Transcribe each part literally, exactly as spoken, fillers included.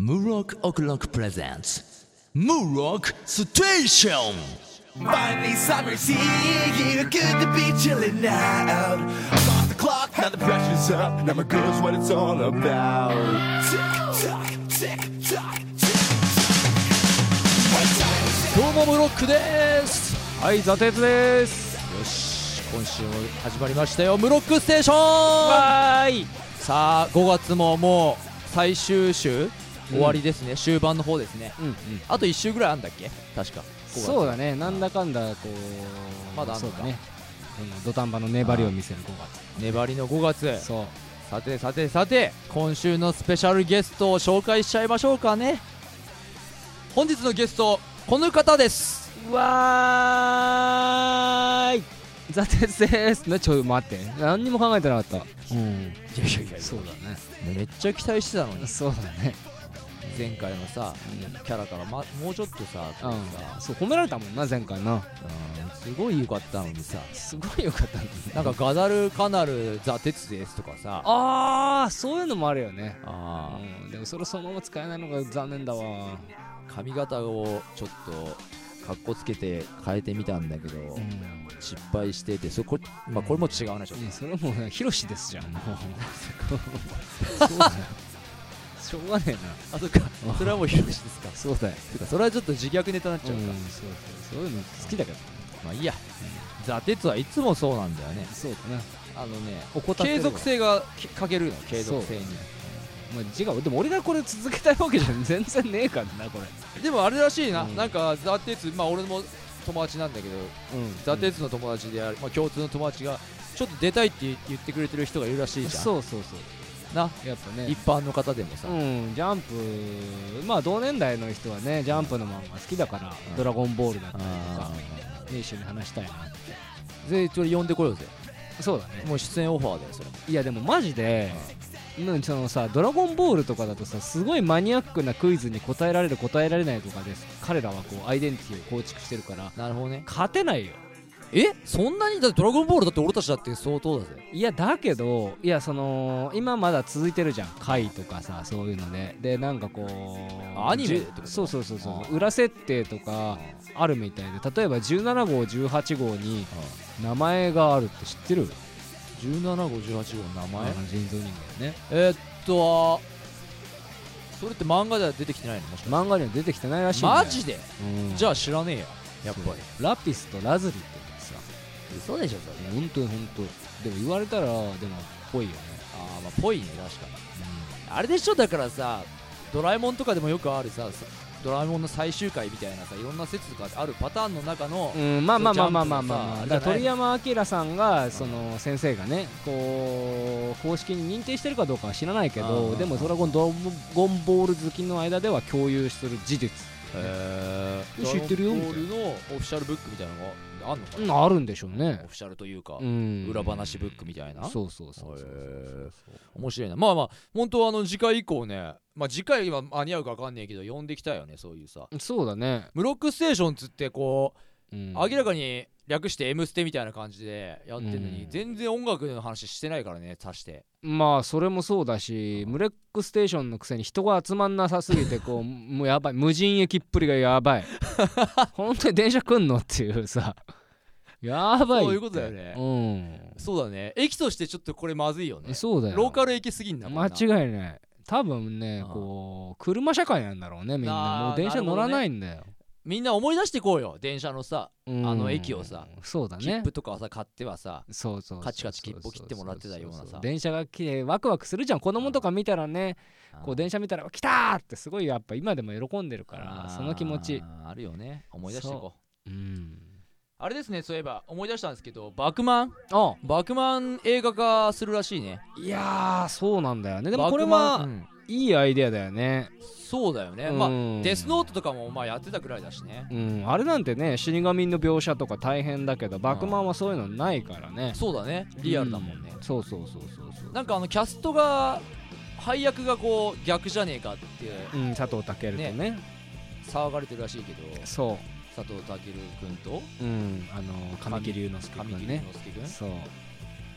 Murok O'Clock presents Murok Station. Finally summer's here, good to be chillin' out. I'm off the clock, now the pressure's up. Now my girl's what it's all about. Tick tock, tick tock, tick tock. どうもムロックです。はい、ザテツです。よし、今週も始まりましたよ、ムロックステーション。わーい。さあごがつももう最終週終わりですね、うん、終盤の方ですね、うんうん、あといっ週ぐらいあんだっけ確か。 そうだね、なんだかんだこうまだあんのか、 そうだね、土壇場の粘りを見せるごがつ、 粘りのごがつ。 そう。 さてさてさて、今週のスペシャルゲストを紹介しちゃいましょうかね。本日のゲストこの方です。 わーい、ザテツです。な、ちょ待って、何にも考えてなかった。うん、いやいやいや、 そうだね、 めっちゃ期待してたのに。 そうだね、 前回のさ、うん、キャラから、ま、もうちょっとさ、 うん、さそう褒められたもんな前回な、うん、 すごい良かったのにさ、 すごい良かったのになんかガダルカナルザテツですとかさ、 あーそういうのもあるよね。 あ、 うん、でもそれそのまま使えないのが残念だわ。 髪型をちょっとかっこつけて変えてみたんだけど、うん、失敗してて、そこ、まあ、これも違うな、ちょっと、 ね、それもヒロシですじゃんもうそうだよ、しょうがねえな。 あ、そっか、それはもうヒロシですか。 そうだよ、 それはちょっと自虐ネタになっちゃうか、うん、 そうそう、そういうの好きだけど、 まあいいや、うん、ザ・テツはいつもそうなんだよね。 そうだね、 あのね、継続性が欠けるの、継続性に。 まあ、違う、でも俺がこれ続けたいわけじゃ全然ねえからな、これ。 でもあれらしいな、うん、なんかザ・テツ、まあ俺も友達なんだけど、うん、ザ・テツの友達である、まあ、共通の友達がちょっと出たいって言ってくれてる人がいるらしいじゃん。 そうそうそうな、 やっぱね、 一般の方でもさ、 うん、ジャンプ、まあ同年代の人はね、ジャンプの漫画好きだから、うん、ドラゴンボールだったりとか、ね、一緒に話したいなって。 ぜひそれ呼んでこようぜ。 そうだね、 もう出演オファーだよ、それ。 いやでもマジで、うん、そのさ、ドラゴンボールとかだとさ、すごいマニアックなクイズに答えられる答えられないとかです、彼らはこうアイデンティティを構築してるから。 なるほどね、 勝てないよ。 え、そんなに？だってドラゴンボールだって俺たちだって相当だぜ。 いやだけど、いやその今まだ続いてるじゃん、回とかさ、そういうので、でなんかこうアニメってこと？ そうそうそうそう、裏設定とかあるみたいで、例えばじゅうななごうじゅうはちごうに名前があるって知ってる？ じゅうななごうじゅうはちごうの名前、 人造人間ね。 えー、っとそれって漫画では出てきてないの？もしかして漫画には出てきてないらしいんだよ。 マジで？うん、じゃあ知らねえや、やっぱり。 ラピスとラズリってさ、 嘘でしょそれ。 ほんとほんと、でも言われたらでもぽいよね。 ああ、まあぽいね、確かに、うん、あれでしょ、だからさ、ドラえもんとかでもよくあるさ、ドラえもんの最終回みたいなさ、いろんな説とかあるパターンの中の、 うん、まあまあまあまあまあまあ、まあ、だから鳥山明さんが、その先生がね、こう公式に認定してるかどうかは知らないけど、でもドラゴンドラゴンボール好きの間では共有する事実、 へー、 知ってるよみたいな。 ドラゴンボールのオフィシャルブックみたいなのがあんのかな。 うん、あるんでしょうね、 オフィシャルというか、 うん、 裏話ブックみたいな。 そうそうそうそう、 面白いな。まあまあ本当はあの次回以降ね、まあ次回は間に合うか分かんねえけど呼んできたいよね、そういうさ。 そうだね、 ムロックステーションつってこう、うん、明らかに略して M ステみたいな感じでやってるのに、うん、全然音楽の話してないからね、足して。 まあそれもそうだし、ムレックステーションのくせに人が集まんなさすぎてこうもうやばい、無人駅っぷりがやばい本当に電車来んのっていうさ、やばいって。 そういうことだよね、うん、そうだね、駅としてちょっとこれまずいよね。 そうだよ、 ローカル駅すぎんだもんな。 間違いない。多分ね、こう車社会なんだろうね、みんな。もう電車乗らないんだよ、ね、 みんな思い出してこうよ、電車のさ、あの駅をさ。 そうだね、 切符とかはさ買ってはさ、 そうそう、 カチカチ切符切ってもらってたようなさ、 電車が来てワクワクするじゃん。子供とか見たらね、こう電車見たら来たーってすごいやっぱ今でも喜んでるから、その気持ちあるよね。思い出していこう。 う、うん、 あれですね、そういえば思い出したんですけど、バクマン、 あバクマン映画化するらしいね。 いやーそうなんだよね。でもこれは、うん、いいアイデアだよね。 そうだよね、うん、まあデスノートとかもまあやってたくらいだしね、 うん、あれなんてね、死神の描写とか大変だけど、バクマンはそういうのないからね。 そうだね、リアルだもんね、 うん、そうそうそうそうそう。 なんかあのキャストが配役がこう逆じゃねえかって、 うん、佐藤健とね、ね騒がれてるらしいけど、 そう佐藤健君と、 うん、あの神木隆之介君ね。 そう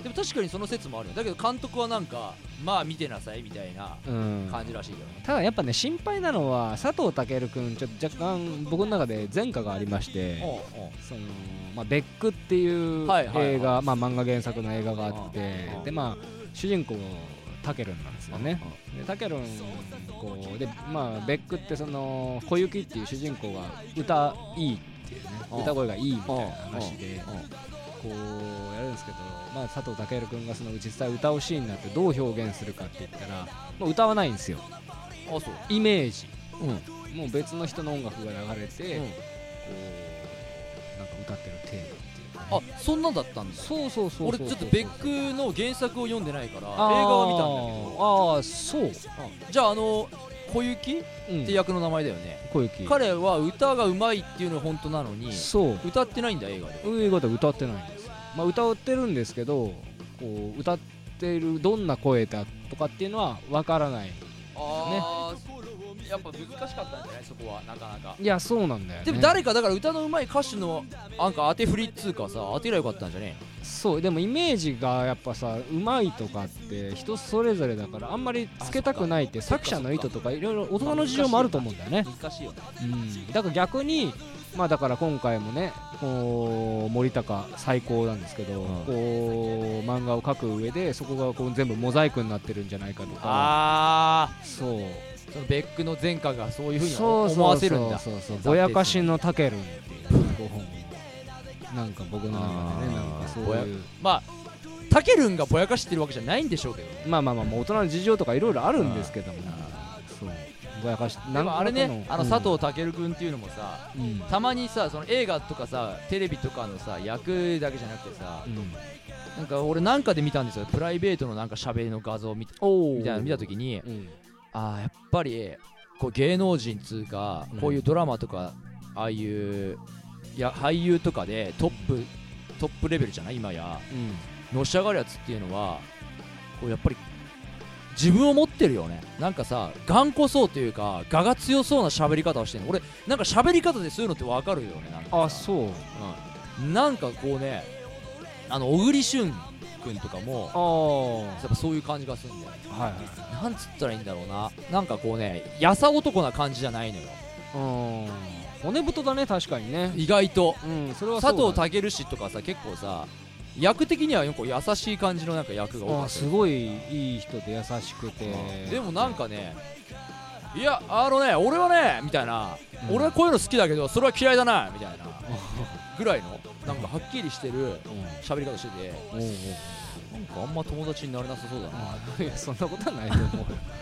でも確かにその説もあるよ。だけど監督はなんかまあ見てなさいみたいな感じらしいけどね、 うん、ただやっぱね心配なのは佐藤健君ちょっと若干僕の中で前科がありまして、 おうおうそのまあ、ベックっていう映画、 はいはいはい、 まあ、漫画原作の映画があって、 うん、 でまあ主人公タケルンなんですよね、 うん、 でタケルンこうでまあベックってその小雪っていう主人公が歌いいっていうね、 うん、 歌声がいいみたいな話で、 うんうん、 こうやるんですけど、まあ、佐藤健君がその実際歌うシーンになってどう表現するかって言ったらもう歌わないんですよ。 あ、そうイメージ、 うん、 もう別の人の音楽が流れて、 うん、 こうなんか歌ってるテーマっていうか、ね、 あ、そんなんだったんだ。 そうそうそうそう、 俺ちょっとベックの原作を読んでないから映画は見たんだけど。 ああそう、うん、 じゃああの小雪、 うん、 って役の名前だよね。 小雪、 彼は歌がうまいっていうのが本当なのに、 そう歌ってないんだ映画で。 映画で歌ってないんですよ。まあ歌ってるんですけど、こう歌っているどんな声だとかっていうのはわからない。 あー、やっぱ難しかったんじゃないそこはなかなか。 いやそうなんだよね。 でも誰かだから歌のうまい歌手のなんか当て振りっつうかさ、当てりゃよかったんじゃねえ。 そうでもイメージがやっぱさうまいとかって人それぞれだからあんまりつけたくないって作者の意図とかいろいろ大人の事情もあると思うんだよね。 難しいよね、 うん、だから逆にまあだから今回もねこう森高最高なんですけど、うん、こう漫画を描く上でそこがこう全部モザイクになってるんじゃないかとか。 ああ、 そうそのベックの前科がそういう風に思わせるんだ。 そうそうそうそう、ぼやかしのタケルンっていうこうなんか僕の中でね、なんかそういうまあタケルンがぼやかしてるわけじゃないんでしょうけど、 まあまあまあ大人の事情とかいろいろあるんですけども、そうぼやかしでもあれね、あの佐藤健君っていうのもさ、うん、たまにさその映画とかさテレビとかのさ役だけじゃなくてさ、うん、なんか俺なんかで見たんですよ、プライベートのなんか喋りの画像みたみたいなの見たときに、うん、ああやっぱりこう芸能人つうか、うん、こういうドラマとかああいういや俳優とかでトップトップレベルじゃない今や、うん、のし上がるやつっていうのはこうやっぱり自分を持ってるよね。なんかさ頑固そうというか我が強そうな喋り方をしてるの。俺なんか喋り方でそういうのって分かるよね。なんかあそう、 うん、なんかこうねあの小栗旬君とかもやっぱそういう感じがするんだよね、はいはい、なんつったらいいんだろうな、なんかこうねやさ男な感じじゃないのよ。 うん骨太だね確かにね意外と、 うん、それはそうだね、 佐藤健氏とかさ結構さ役的にはよく優しい感じのなんか役が多かった。 すごいいい人で優しくて、 でもなんかねいやあのね俺はねみたいな、うん、俺はこういうの好きだけどそれは嫌いだなみたいなぐらいのなんかはっきりしてる喋り方してて、うん、なんかあんま友達になれなさそうだな。 いやそんなことはないと思う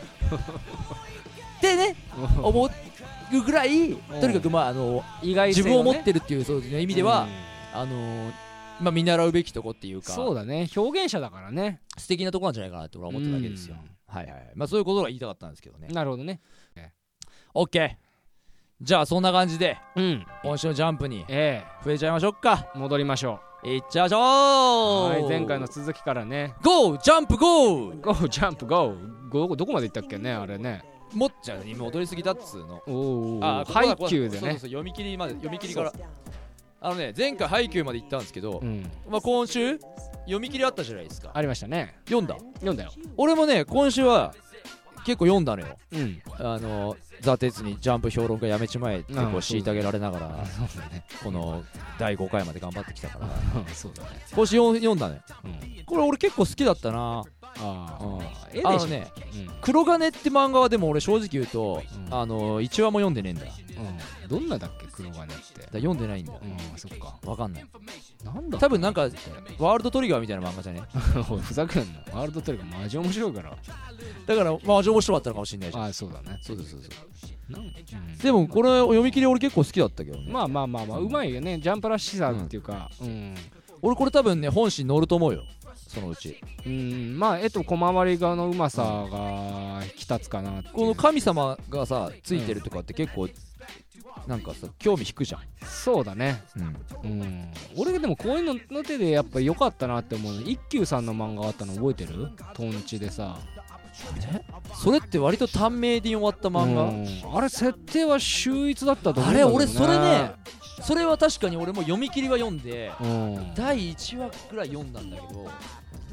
ってね思うぐらいとにかくまああの意外性、ね、 自分を持ってるっていうそういう意味では、うん、あのー、まあ見習うべきとこっていうかそうだね表現者だからね素敵なとこなんじゃないかなって俺は思ってるだけですよ、うん、はいはいまあそういうことが言いたかったんですけどね。 なるほどね。 オッケーじゃあそんな感じで、 うん、 今週のジャンプに増ええちゃいましょうか、 えー、戻りましょういっちゃいましょう。 はい前回の続きからね GO ジャンプ GO GO ジャンプ GO どこまでいったっけねあれね。 もっちゃんに戻りすぎたっつうの。 おあハイキューでね。 そうそうそう読み切りまで読み切りからあのね前回ハイキューまで行ったんですけど、うん、まあ今週読み切りあったじゃないですか。 ありましたね。 読んだ読んだよ。 俺もね今週は結構読んだのよ、 うん、あのザ・テツにジャンプ評論家やめちまえってこう虐げられながら、 ね、 このだいごかいまで頑張ってきたからそうだね今週読んだね、うん、これ俺結構好きだったな。 あ、うん、 えあのね、うん、黒金って漫画はでも俺正直言うと、うん、あのいちわも読んでねえんだ、 うん、どんなだっけ黒金って。 だ読んでないんだ、 うん、そっかわかんない。 なんだ多分なんかワールドトリガーみたいな漫画じゃねふざけんなワールドトリガーマジ面白いからだからマジ面白かったのかもしれないじゃん。 あそうだねそうそうそうそうなん、うん、 でもこれ読み切り俺結構好きだったけどね。 まあまあまあまあうまいよねジャンプらしさっていうか、うんうん、 俺これ多分ね本誌に載ると思うよそのうち。 うんまあ絵と小回り側のうまさが引き立つかなって。 この神様がさついてるとかって結構なんかさ興味引くじゃん。 そうだね、うんうん、俺でもこういうのの手でやっぱ良かったなって思うの一休さんの漫画あったの覚えてる？トンチでさそれって割と短命で終わった漫画、うん、 あれ設定は秀逸だったと思うんだけどね。 けどあれ俺それねそれは確かに俺も読み切りは読んで、うん、だいいちわくらい読んだんだけど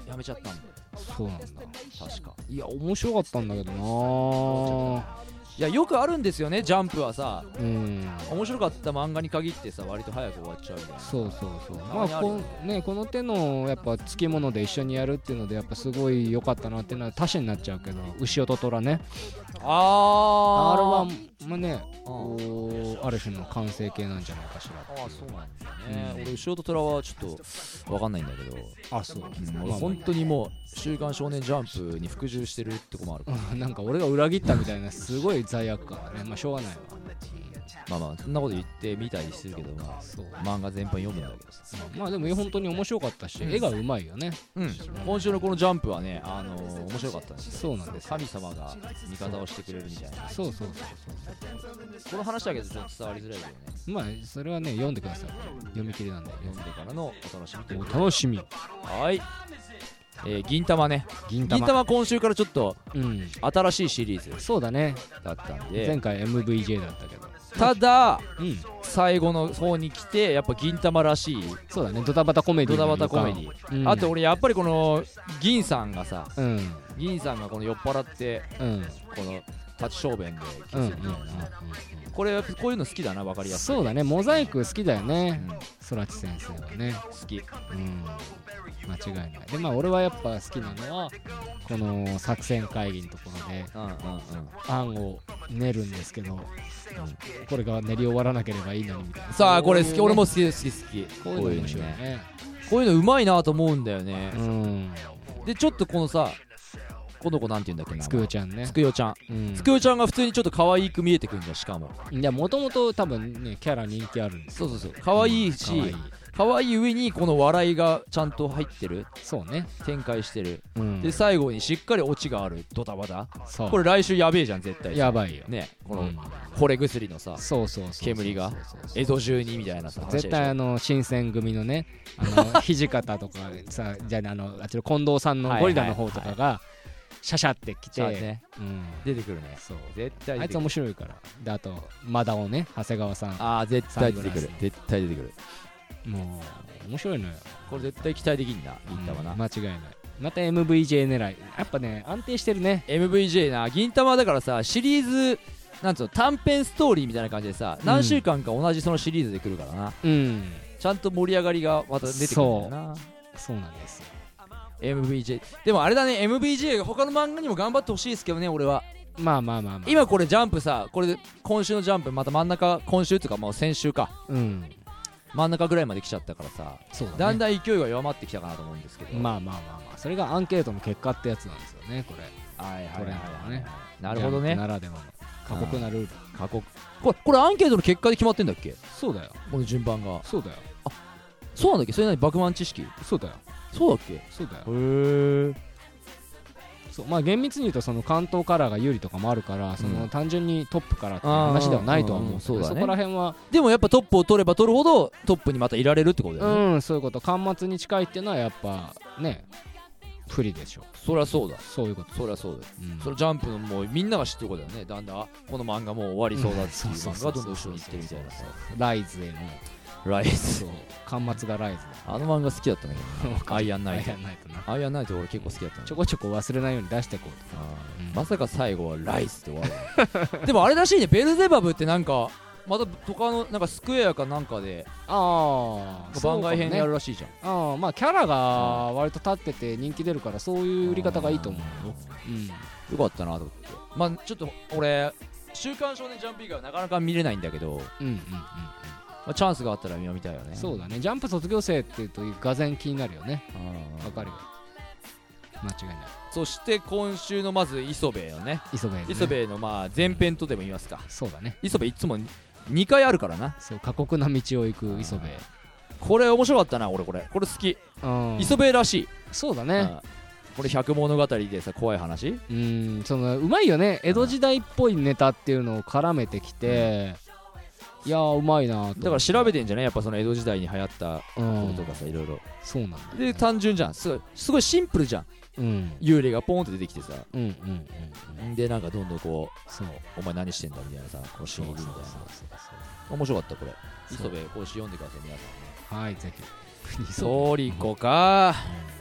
やめちゃったんだよ。 そうなんだ。 確か。 いや面白かったんだけどな。 いやよくあるんですよね、ジャンプはさ、 うん、 面白かった漫画に限ってさ割と早く終わっちゃうみたいな。 そうそうそう。 たまあまにあるよねこ,、ね、この手のやっぱつきもので一緒にやるっていうのでやっぱすごい良かったなっていうのは他者になっちゃうけど、牛音虎ね、 ああれはーまあね、こうある種の完成形なんじゃないかしらっていう。 あーそうなんだね、 うん俺牛音虎はちょっと分かんないんだけど、 あそう、 うんまあ俺本当にもう週刊少年ジャンプに服従してるってこもあるから、 うんなんか俺が裏切ったみたいなすごい罪悪感がね、まあしょうがないわ。 まあまあそんなこと言ってみたりするけど、まあそう、 漫画全般読むんだけどさ、 まあでも本当に面白かったし、絵がうまいよね。 うん、今週のこのジャンプはね、あのー、面白かったんですよ。 そうなんですよ。 神様が味方をしてくれるみたいな。 そうそうそうこの話だけどちょっと伝わりづらいけどね、 そう。まあそれはね読んでください。読み切りなんで。 読んでからのお楽しみというおことで。 楽しみ。 はい、えー、銀玉ね、 銀玉。 銀玉今週からちょっとうん。 新しいシリーズそうだね。 だったん前で、 回 エムブイジェー だったけど。 ただうん。 最後の方に来てやっぱ銀玉らしいそうだね。ドタバタコメディドーの予感。 タバタコメディ、 うんあと俺やっぱりこの銀さんがさ、 うん銀さんがこの酔っ払ってうんこの立ち小便でキスうんうんみたいな、これこういうの好きだな、分かりやすい。 そうだね。モザイク好きだよねうん、 空知先生はね。 好き。 うん間違いない。でまあ俺はやっぱ好きなのはこの作戦会議のところでうんうんうん。 案を練るんですけど、これが練り終わらなければいいのにみたいな。 さあこれ好き、 こういうね俺も好き好き好き。 こういうの面白いね。 こういうのうまいなと思うんだよね。 うん。 でちょっとこのさ、この子なんて言うんだっけな、 つくよちゃんねつ。くよちゃん。 うんつくよちゃんが普通にちょっと可愛く見えてくるんじゃん、しかも。 いやもともと多分ねキャラ人気あるんですよ。 そうそうそう、可愛いし、 可愛い可愛い上にこの笑いがちゃんと入ってる、 そうね。 展開してる。 うんで最後にしっかりオチがあるドタバタ。 そうこれ来週やべえじゃん絶対。 やばいよ。 ね、このうん惚れ薬のさ、 そうそうそうそう煙がそうそうそう江戸中にみたいなさ話でしょ。 絶対あの新選組のねあの土方とかさじゃああのあっちの近藤さんのゴリラの方とかがシャシャってきて、 じゃあね、 うん、 出てくるね。 そう絶対あいつ出てくる。 面白いから。であとマダオね長谷川さんああ絶対出てくるサングラスの絶対出てくる。 もう面白いのよ。 これ絶対期待できんな、銀玉な。 うん間違いない。また エムブイジェー 狙いやっぱね安定してるね。 エムブイジェー な、銀玉だからさ、シリーズなんつうの、短編ストーリーみたいな感じでさ、何週間か同じそのシリーズで来るからな、 うんちゃんと盛り上がりがまた出てくるんだよな。 そうなんですよ。 エムブイジェー でもあれだね、 エムブイジェー が他の漫画にも頑張ってほしいですけどね、俺は。 まあまあまあまあ今これジャンプさ、これで今週のジャンプまた真ん中、今週っていうかもう先週か、 うん真ん中ぐらいまで来ちゃったからさ、 そうだね。 だんだん勢いが弱まってきたかなと思うんですけど。 まあまあまあまあそれがアンケートの結果ってやつなんですよねこれ。 はいはいトレンはいドのね。 なるほどね。 ジャンプならではの過酷なルール。 過酷。これこれアンケートの結果で決まってんだっけ、 そうだよこの順番が。 そうだよそうなんだっけ、それ何、バクマン知識。 そうだよそうだっけ。へそうだよ。 え。 そうまあ厳密に言うとその関東カラーが有利とかもあるから、その単純にトップからっていう話ではないとは思うけど、 あーうんうんそうだねそこら辺はでもやっぱトップを取れば取るほどトップにまたいられるってことだよね。 うんそういうこと巻末に近いっていうのはやっぱね不利でしょ。 そりゃそうだ。 そういうこと。 そりゃそうだよ。 うんそれジャンプのもうみんなが知ってることだよね。だんだんあこの漫画もう終わりそうだっていう漫画がどんどん後ろに行ってるみたいなさ。 ライズへのライズ。 そう巻末がライズあの漫画好きだったんだけどね。アイアンナイトアイア。ンナイトなアイアンナイト俺結構好きだったんだちょこちょこ忘れないように出していこうと。 あーうんまさか最後はライズって終わる。でもあれらしいね、ベルゼバブってなんかまた他のなんかスクエアかなんかでああ番外編でやるね、 らしいじゃん。 ああまあキャラが割と立ってて人気出るからそういう売り方がいいと思うよ。うんよかったなと思って。まあちょっと俺週刊少年ジャンプ以外はなかなか見れないんだけど、 うんうんうんまあ、チャンスがあったら見たいよね。 そうだね。ジャンプ卒業生っていうとがぜん気になるよね。 うんわかるよ。間違いない。 そして今週のまず磯部よね。 磯部、ね、 磯部のまあ前編とでも言いますか。 そうだね。 磯部いつもにかいあるからな。 そう過酷な道を行く磯部。 これ面白かったな俺これ。これ好き。 うん磯部らしい。 そうだね。 うんこれ百物語でさ怖い話。 うんそのうまいよね。江戸時代っぽいネタっていうのを絡めてきて、いやーうまいなと思って。 だから調べてんじゃないやっぱその江戸時代に流行ったうこんととかさいろいろ。 そうなんだよね。 で単純じゃん。すごいすごいシンプルじゃん。 うん幽霊がポンって出てきてさ。 うんうんうんうんでなんかどんどんこそううお前何してんだみたいなさこう死にみたいな。 そうそう面白かったこれ。 そう磯部講師読んでください皆さんね。 はいぜひ。 トリコか。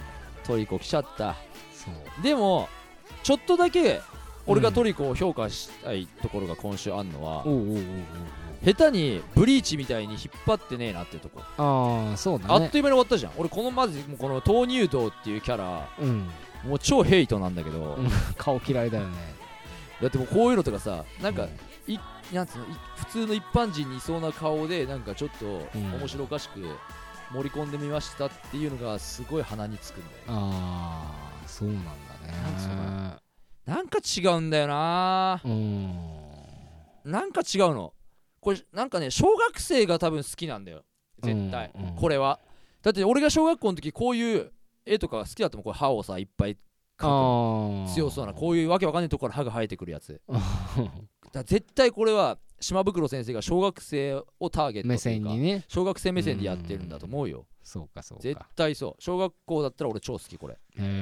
トリコ来ちゃった。 そうでもちょっとだけ俺がトリコを評価したいところが今週あんのは、 おうおうおうおう下手にブリーチみたいに引っ張ってねえなっていうとこ。 ああそうだね。 あっという間に終わったじゃん。俺このまずもうこの豆乳道っていうキャラうんもう超ヘイトなんだけど、 うん顔嫌いだよね。 だってもうこういうのとかさ、なんか、 うんいなんつうの、い普通の一般人にいそうな顔でなんかちょっとうん面白おかしく盛り込んでみましたっていうのがすごい鼻につくんだよ。 ああそうなんだなんつうのかね。 なんか違うんだよな。 うんなんか違うの。これなんかね、小学生が多分好きなんだよ絶対、 うんうんこれは。だって俺が小学校の時こういう絵とかが好きだったもん。これ歯をさいっぱい描く強そうな、こういうわけわかんないところから歯が生えてくるやつ。だから絶対これは島袋先生が小学生をターゲットというか目線にね。 小学生目線でやってるんだと思うよ。 そうかそうか。 絶対そう。小学校だったら俺超好きこれ。 へ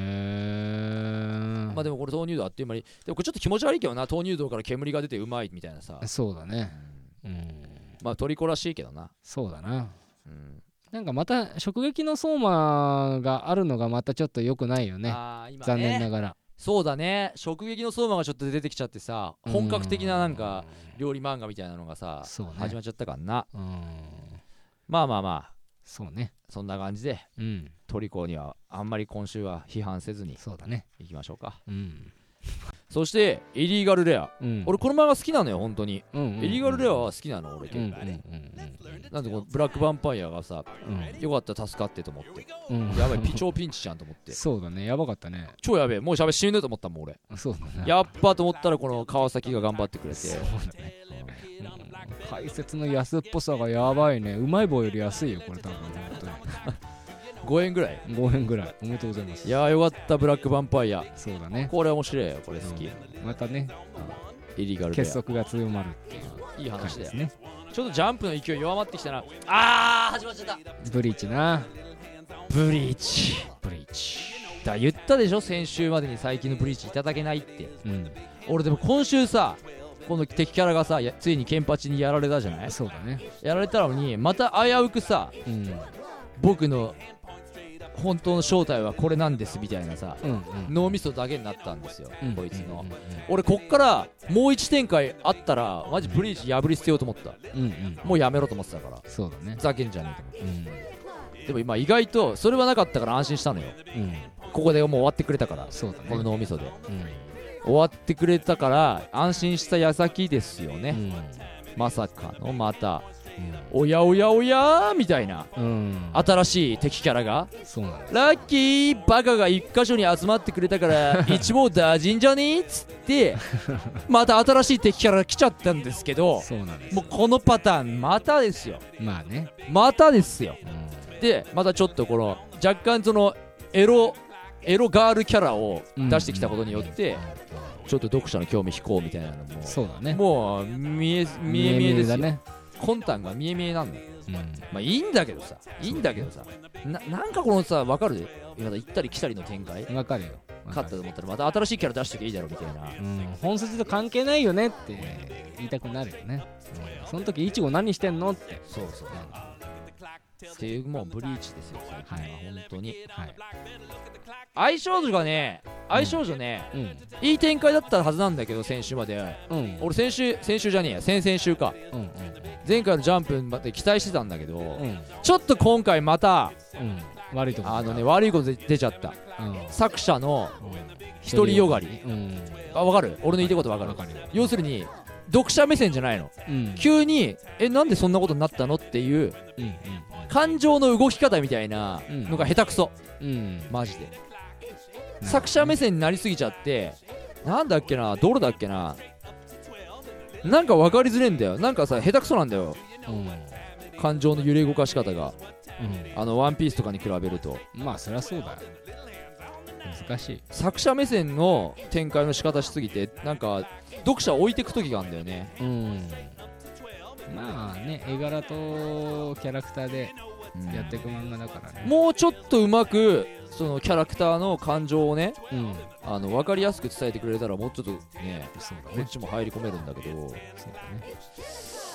え。 まあでもこれ豆乳道あっという間に、でもこれちょっと気持ち悪いけどな、豆乳道から煙が出てうまいみたいなさ。 そうだね。うん。 まあトリコらしいけどな。 そうだな。 うん、 なんかまた直撃の相馬があるのがまたちょっと良くないよね。 あ今ね残念ながら。 そうだね。直撃の相馬がちょっと出てきちゃってさ、本格的ななんか料理漫画みたいなのがさ、 そうね、 始まっちゃったからな。 うん。 まあまあまあ。 そうね。 そんな感じで、 うん。 トリコにはあんまり今週は批判せずにそうだね。 いきましょうか。 うん。 そしてイリーガルレア、うん、俺この漫画好きなのよ本当に、うんうんうん、イリーガルレアは好きなの俺結構、うんうんうん、なんでこのブラックヴァンパイアがさ、うん、よかったら助かってと思って、うん、やばいピ超ピンチじゃんと思ってそうだねやばかったね超やべえもうしゃべ死ぬと思ったもん俺そうだねやっぱと思ったらこの川崎が頑張ってくれてそうだね、うん、解説の安っぽさがやばいねうまい棒より安いよこれ多分本当にごえんぐらいごえんぐらいおめでとうございますいやーよかったブラックヴァンパイアそうだねこれ面白いよこれ好き、 うん、またねイリーガルレア結束が強まるっていういい話だよねちょっとジャンプの勢い弱まってきたなあー始まっちゃったブリーチなブリーチブリーチだ言ったでしょ先週までに最近のブリーチいただけないって、うん、俺でも今週さこの敵キャラがさついにケンパチにやられたじゃないそうだねやられたのにまた危うくさ、うん、僕の本当の正体はこれなんですみたいなさ、うんうん、脳みそだけになったんですよ、うん、こいつの、うんうんうん、俺こっからもう一展開あったらマジブリーチ破り捨てようと思った、うんうん、もうやめろと思ってたからそうだねふざけんじゃねえと思って、うん、でも今意外とそれはなかったから安心したのよ、うん、ここでもう終わってくれたからそうだ、ね、 この脳みそで、うん、終わってくれたから安心した矢先ですよね、うん、まさかのまたうん、おやおやおやみたいな、うん、新しい敵キャラがそうなんですラッキーバカが一箇所に集まってくれたから一網打尽じゃねえっつってまた新しい敵キャラが来ちゃったんですけどそうなんですもうこのパターンまたですよまあねまたですよ、うん、でまたちょっとこの若干そのエロエロガールキャラを出してきたことによって、うんうん、ちょっと読者の興味引こうみたいなのもそうだねもう見え見え見えですよね魂胆が見え見えなんだよ、うん、まあいいんだけどさいいんだけどさ な, なんかこのさ分かるまだ行ったり来たりの展開分かるよ勝ったと思ったらまた新しいキャラ出しときゃいいだろうみたいな、 うん、本筋と関係ないよねって言いたくなるよね、うん、その時イチゴ何してんのってそうそう、うん、っていうもうブリーチですよ最近は、はい、本当に、はい、愛少女がね愛少女ね、うん、いい展開だったはずなんだけど先週まで、うん、俺先週先週じゃねえや先々週か、うんうん、前回のジャンプまで期待してたんだけど、うん、ちょっと今回また、うん、 悪いとこあのね悪いこと出ちゃった、うん、作者の独りよがり、うん、あ分かる俺の言いたいこと分かる、はい、要するに読者目線じゃないの、うん、急にえなんでそんなことになったのっていう、うんうん、感情の動き方みたいなのが下手くそ、うん、マジで作者目線になりすぎちゃってなんだっけなどれだっけななんか分かりづれんだよなんかさ下手くそなんだよ、うん、感情の揺れ動かし方が、うん、あのワンピースとかに比べるとまあそりゃそうだよ難しい作者目線の展開の仕方しすぎてなんか読者を置いてく時があるんだよね、うん、 まあね絵柄とキャラクターでやっていく漫画だからね、 うん、もうちょっとうまくそのキャラクターの感情をね、うん、あの分かりやすく伝えてくれたらもうちょっとね、そうだねこっちも入り込めるんだけどそうだね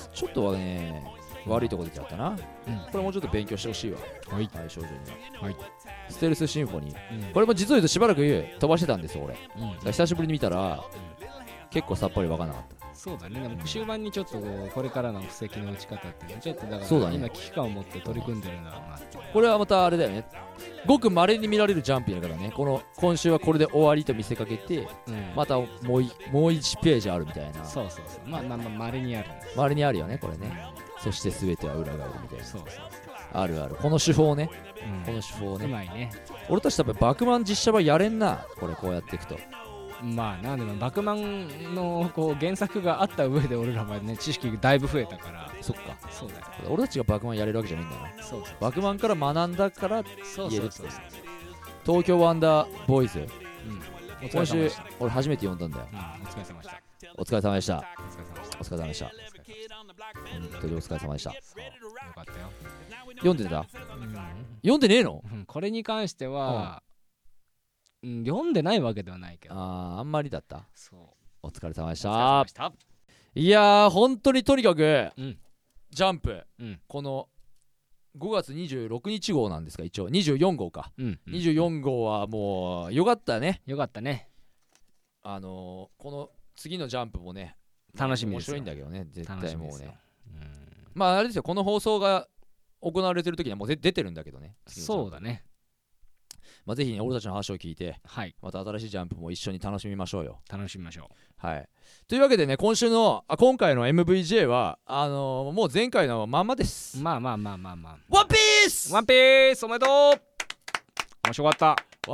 ちょっとはね悪いとこ出ちゃったな、 うん、 これもうちょっと勉強してほしいわ。 はい、 はい、少女には、 はい、 ステルスシンフォニー、 うん、 これも実を言うとしばらく飛ばしてたんですよ俺、 うん、 だから久しぶりに見たら、結構さっぱり分からなかった。 そうだね。でも終盤にちょっとこれからの布石の打ち方っていうのちょっとだからそうだね、 今危機感を持って取り組んでるんだろうなって。 これはまたあれだよね、ごく稀に見られるジャンプやからね。この今週はこれで終わりと見せかけて、 うん、 またもういもういちページあるみたいな。 そうそうそう、まあまあまあ稀にある稀にあるよねこれね。そして全ては裏返るみたいな。 そうそうそう、 あるある、この手法ね、 うん、 この手法ね、 うまいね。 俺たち多分バクマン実写版やれんな、これこうやっていくと。 まあなんでもバクマンのこう原作があった上で俺らはね知識だいぶ増えたから。 そっか、 そうだよ。 俺たちがバクマンやれるわけじゃないんだな。 そうそうそう、 バクマンから学んだからそう言えるって。 そうそうそう、 東京ワンダーボーイズ、 うん、お疲今週れ様でした。 俺初めて読んだんだよ、 うん、お疲れ様でした。 お疲れ様でした。 お疲れ様でした。 お疲れ様でした。 お疲れ様でした。 本当にお疲れ様でした。 そう、よかったよ。 読んでた？ うん、 読んでねえの？ うん、これに関しては、うん、読んでないわけではないけど。 あー、あんまりだった。 そう。 お疲れ様でしお疲れ様たでした。 いやー本当にとにかく、 うん、 ジャンプ、 うん、 このごがつにじゅうろくにち号なんですか、一応にじゅうよん号か、 うん、うん、 にじゅうよん号はもうよかったね。 よかったね。 あのー、この次のジャンプもね楽しみですよ。 面白いんだけどね、絶対もうね。 うん、 まああれですよ、この放送が行われてる時にはもう出てるんだけどね。 そうだね。 まあぜひね俺たちの話を聞いて、 はい、 また新しいジャンプも一緒に楽しみましょうよ。 楽しみましょう。はい。というわけでね、今週のあ今回の エムブイジェー はあのー、もう前回のまんまです。 まあまあまあまあまあ。 ワンピース。 ワンピースおめでとう。面白かった。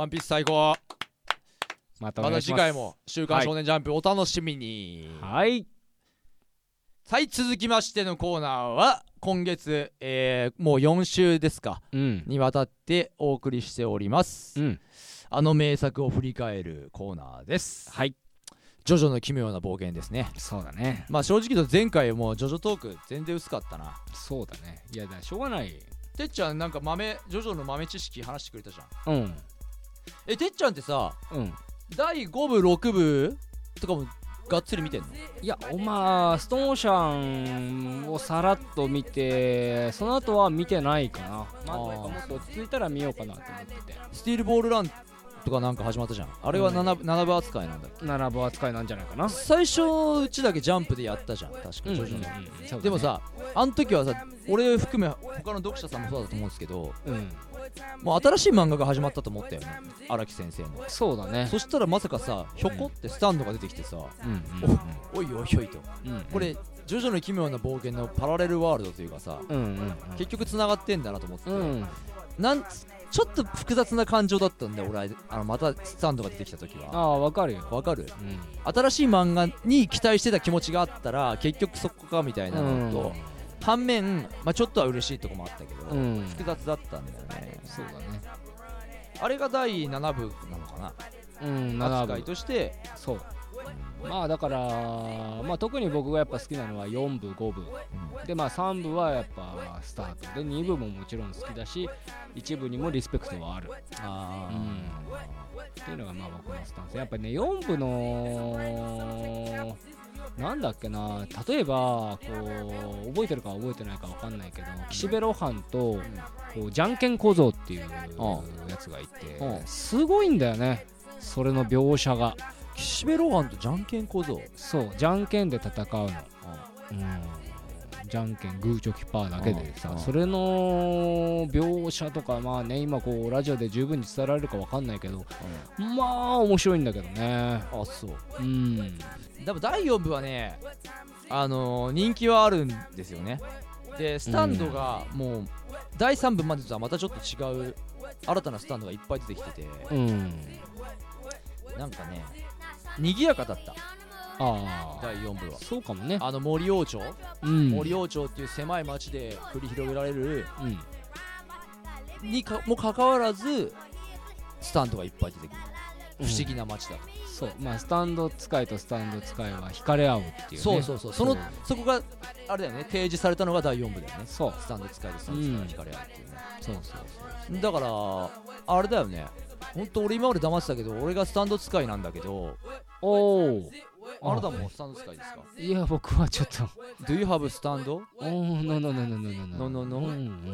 ワンピース最高。 またおまた願いします。 次回も週刊少年ジャンプお楽しみに。 はい。 はい、続きましてのコーナーは今月、えー、もうよん週ですか、 うん、 にわたってお送りしております、 うん、 あの名作を振り返るコーナーです。 はい、 ジョジョの奇妙な冒険ですね。 そうだね。 まあ正直言うと前回もうジョジョトーク全然薄かったな。 そうだね。いやだしょうがない。 てっちゃんなんか豆ジョジョの豆知識話してくれたじゃん。 うん。 えてっちゃんってさ、 うん、 だいごぶろくぶとかもがっつり見てんの？ いやおまあストーンオーシャンをさらっと見て、その後は見てないかな。まあ、あともっと落ち着いたら見ようかなと思ってて。 スティールボールランとかなんか始まったじゃん。あれは なな,、うん、ななぶ扱いなんだっけ？ ななぶ扱いなんじゃないかな。 最初うちだけジャンプでやったじゃん確か、ジョジョの、うんうんうん、でもさあの時はさ俺含め他の読者さんもそうだと思うんですけど、うん、もう新しい漫画が始まったと思ったよね、荒木先生の。 そうだね。 そしたらまさかさひょこってスタンドが出てきてさ、うんうんうん、お, おいおいおいと、うんうん、これジョジョの奇妙な冒険のパラレルワールドというかさ、うんうんうん、結局つながってんだなと思って、うん、なんちょっと複雑な感情だったんだよ俺。あのまたスタンドが出てきた時は。 ああわかるよ。 わかる、うん、新しい漫画に期待してた気持ちがあったら結局そこかみたいなのと、うん、反面、まあ、ちょっとは嬉しいとこもあったけど、うん、複雑だったんだよね。 そうだね。 あれがだいななぶなのかな、うん、扱いとして。 そう、まあだから、まあ、特に僕がやっぱ好きなのはよんぶごぶ、うん、でまあさんぶはやっぱスタートでにぶももちろん好きだしいちぶにもリスペクトはある。あ、うん、っていうのがまあ僕のスタンス。やっぱりねよんぶのなんだっけな、例えばこう覚えてるか覚えてないか分かんないけど、岸辺露伴とこうじゃんけん小僧っていうやつがいて、すごいんだよねそれの描写が。 岸辺露伴とじゃんけん小僧。 そう、じゃんけんで戦うの、うん、じゃんけんグーチョキパーだけでさ、それの描写とかまあね今こうラジオで十分に伝えられるか分かんないけど、うん、まあ面白いんだけどね。 あ、そう。 うん。 でもだいよんぶはね、あのー、人気はあるんですよね。でスタンドがもうだいさんぶまでとはまたちょっと違う新たなスタンドがいっぱい出てきてて、うん、なんかね賑やかだった。あだいよんぶは。 そうかもね。 あの森王町、うん、森王町っていう狭い町で繰り広げられる、うん、にかもかかわらずスタンドがいっぱい出てくる、うん、不思議な町だ。 そう、まあスタンド使いとスタンド使いは惹かれ合うっていうね。 そうそうそう、そのそこがあれだよね、提示されたのがだいよんぶだよね。そう、スタンド使いとスタンド使いが惹かれ合うっていうね、うん、そうそうそう。だからあれだよね、 ほんと俺今まで黙ってたけど俺がスタンド使いなんだけど、 おお、 あなたもスタンド使いですか？ いや僕はちょっと Do you have stand? おー、no no no no no no No, no, no. うんうんうん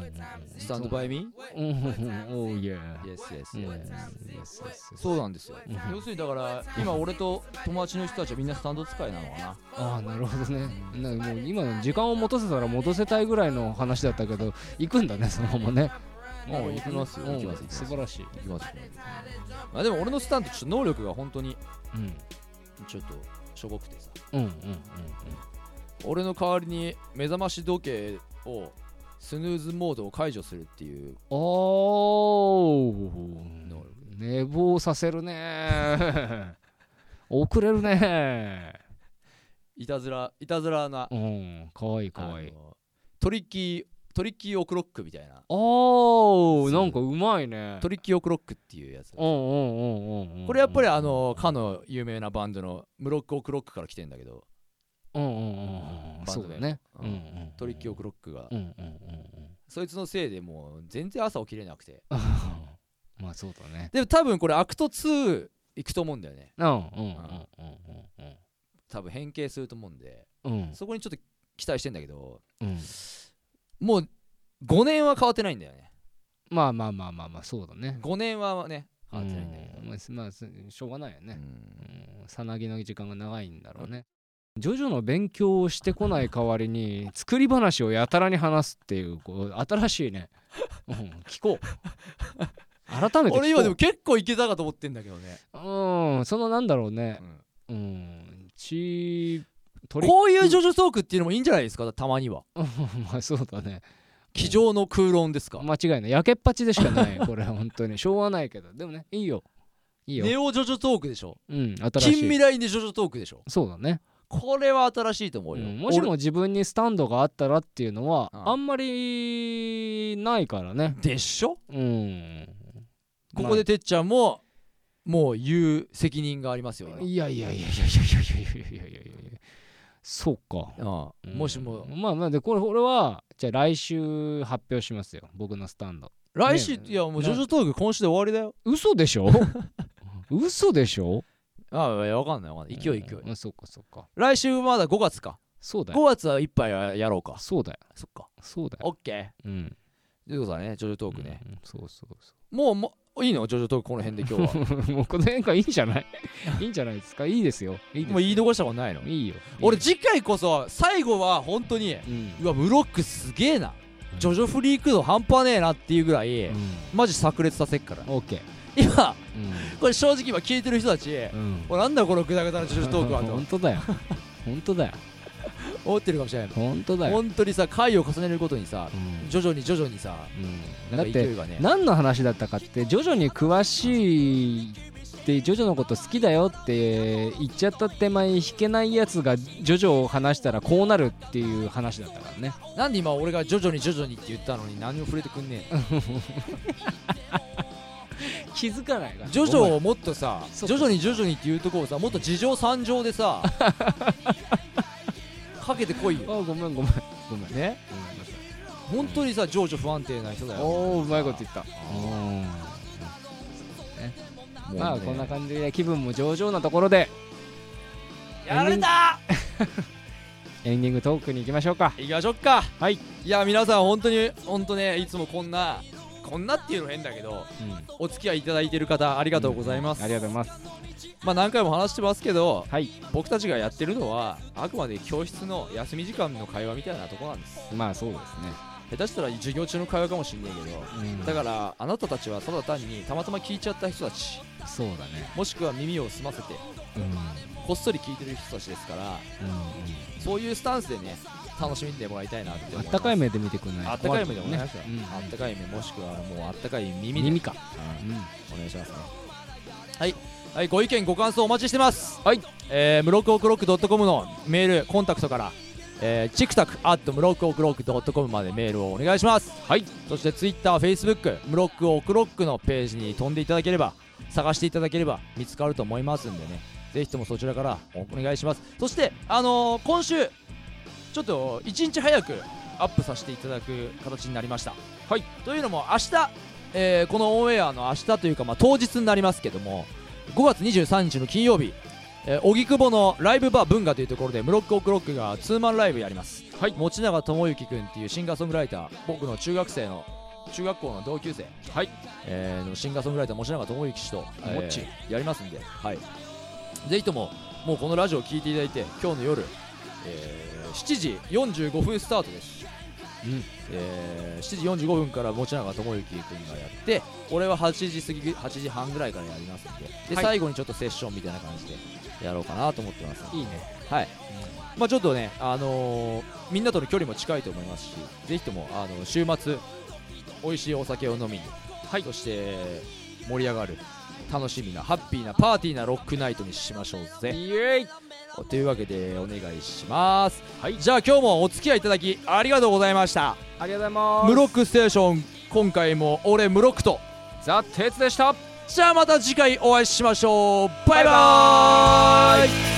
Stand by me? うんうんうんおー、いや Yes, yes, うん yes. yes yes そうなんですよ。 うん要するにだから今俺と友達の人たちはみんなスタンド使いなのかな。 ああなるほどね。なんかもう今の時間を戻せたら戻せたいぐらいの話だったけど行くんだねそのままね。 もう行きますよ、 うん行きます行きます。 素晴らしい。 行きます。まあでも俺のスタンドちょっと能力が本当にうんちょっとしょぼくてさ。 うんうんうん俺の代わりに目覚まし時計をスヌーズモードを解除するっていうおー能力。 寝坊させるね遅れるね。 いたずらいたずらな、 うんかわいいかわいい。 あのトリッキートリッキーオクロックみたいな。 おーなんかうまいね。 トリッキーオクロックっていうやつ。 うんうんうんうんうん。 これやっぱりあのかの有名なバンドのムロックオクロックから来てんだけど、 うんうんうんうんバンドでそうだね。 うんうんうんトリッキーオクロックが、 うんうんうんそいつのせいでもう全然朝起きれなくてうんまあそうだね。 でも多分これアクトツー行くと思うんだよね。 うんうんうんうん多分変形すると思うんで、 うんうんそこにちょっと期待してんだけど、 うんもうごねんは変わってないんだよね。 まあまあまあまあまあそうだね。 ごねんはね変わってないんだけど、 うんまあまあすしょうがないよね。 うんうんさなぎの時間が長いんだろうね。ジョジョの勉強をしてこない代わりに作り話をやたらに話すっていうこう新しいね、うん、聞こう改めて聞こう。 俺今でも結構いけたかと思ってんだけどね、 うんそのなんだろうねうんうんチトリこういうジョジョトークっていうのもいいんじゃないですか。たまにはまあそうだね。 机上の空論ですか。 間違いない。やけっぱちでしかないこれは本当にしょうがないけどでもねいいよいいよ。 ネオジョジョトークでしょ。 うん新近しい。 未来でジョジョトークでしょ。 そうだね。 これは新しいと思うよ、 うん、もしも自分にスタンドがあったらっていうのはうんあんまりないからね。 でしょ。 うんここでてっちゃんももう言う責任がありますよまあ今。 いやいやいやいやいやいやいやいやいやいやいやそうか。 ああうんもしもまあまあでこれ俺はじゃあ来週発表しますよ僕のスタンド。 来週、 ねいやもうジョジョトーク今週で終わりだよ。 嘘でしょ嘘でしょ。 ああいやわかんないわかんない。勢い勢い。 うんそうかそうか来週まだごがつか。 そうだよごがつは一杯はやろうか。 そうだよそっか。 そうだよ。 オッケー。 うんということだね、ジョジョトークね。 うんそうそうそもうもういいのジョジョトークこの辺で今日は。 うもうこの辺がいいんじゃないいいんじゃないですか。いいですよいいですよもう言い残したことないの。 いいよ。 俺次回こそ最後は本当にうんうわムロックすげえな。ジョジョフリーク度半端ねえなっていうぐらい、 うんマジ炸裂させっから。 オッケー。 今うこれ正直今聞いてる人たち、 んうんおなんだこのグダグダなジョジョトークはと本当だよ本当だよ思ってるかもしれないの。 本当だよ。 本当にさ回を重ねるごとにさ、 うん徐々に徐々にさ、 うんなんだってか勢いがね。 何の話だったかってジョジョに詳しいってジョジョのこと好きだよって言っちゃった手前弾けないやつがジョジョを話したらこうなるっていう話だったからね。 なんで今俺が徐々に徐々にって言ったのに何も触れてくんねえの。 気づかないからジョジョをもっとさそう徐々に徐々にっていうところをさもっと事情三乗でさかけてこいよ。 あごめんごめんごめんねごめんなさい。 本当にさ情緒不安定な人だよ。 おおうまいこと言った。 もうねまあこんな感じで気分も上々なところでやられたエンディングトークに行きましょうか。 行きましょうか。 はい。 いや皆さん本当に本当ねいつもこんなこんなっていうの変だけどうんお付き合いいただいている方ありがとうございます。 ありがとうございます。 まあ何回も話してますけどはい。 僕たちがやってるのはあくまで教室の休み時間の会話みたいなとこなんです。 まあそうです下手したら授業中の会話かもしんないけど、 ね。うんだからあなたたちはただ単にたまたま聞いちゃった人たちそうだね。 もしくは耳を澄ませてうんうんこっそり聞いてる人たちですからそういうスタンスでね楽しんでもらいたいなってうん。あ思います。 ったかい目で見てくんない。 あったかい目でお願いします、 うんあったかい目もしくはもうあったかい耳で耳か。 うんうん。 お願いしますね。はい、はい、ご意見ご感想お待ちしてます。 はい、 えー、ムロックオクロックドットコムのメールコンタクトから、えー、チクタクアットムロックオクロックドットコムまでメールをお願いします。 はい。 そしてツイッター、フェイスブックムロックオクロックのページに飛んでいただければ探していただければ見つかると思いますんでねぜひともそちらからお願いします。そしてあのー、今週ちょっといちにち早くアップさせていただく形になりました。はい、というのも明日えー、このオンエアの明日というか、まあ、当日になりますけどもごがつにじゅうさんにちの金曜日、えー、荻窪のライブバー文化というところでムロックオクロックがツーマンライブやります、はい、持永智之君っていうシンガーソングライター、僕の中学生の中学校の同級生、はい、えー、のシンガーソングライター持永智之氏と、えー、もっちやりますんで、はい、ぜひとももうこのラジオを聴いていただいて今日の夜、えー、しちじよんじゅうごふんスタートです、うんえー、しちじよんじゅうごふんから持永智之君がやって俺ははちじ過ぎはちじはんぐらいからやりますんで、で、はい、最後にちょっとセッションみたいな感じでやろうかなと思ってます。いいね、はい、うん、まあちょっとね、あのー、みんなとの距離も近いと思いますし、ぜひともあの週末美味しいお酒を飲みに、はい、そして盛り上がる楽しみなハッピーなパーティーなロックナイトにしましょうぜ。イエーイというわけでお願いします、はい、じゃあ今日もお付き合いいただきありがとうございました。ありがとうございます。ムロックステーション、今回も俺ムロックとザ・テツでした。じゃあまた次回お会いしましょう。バイバーイ。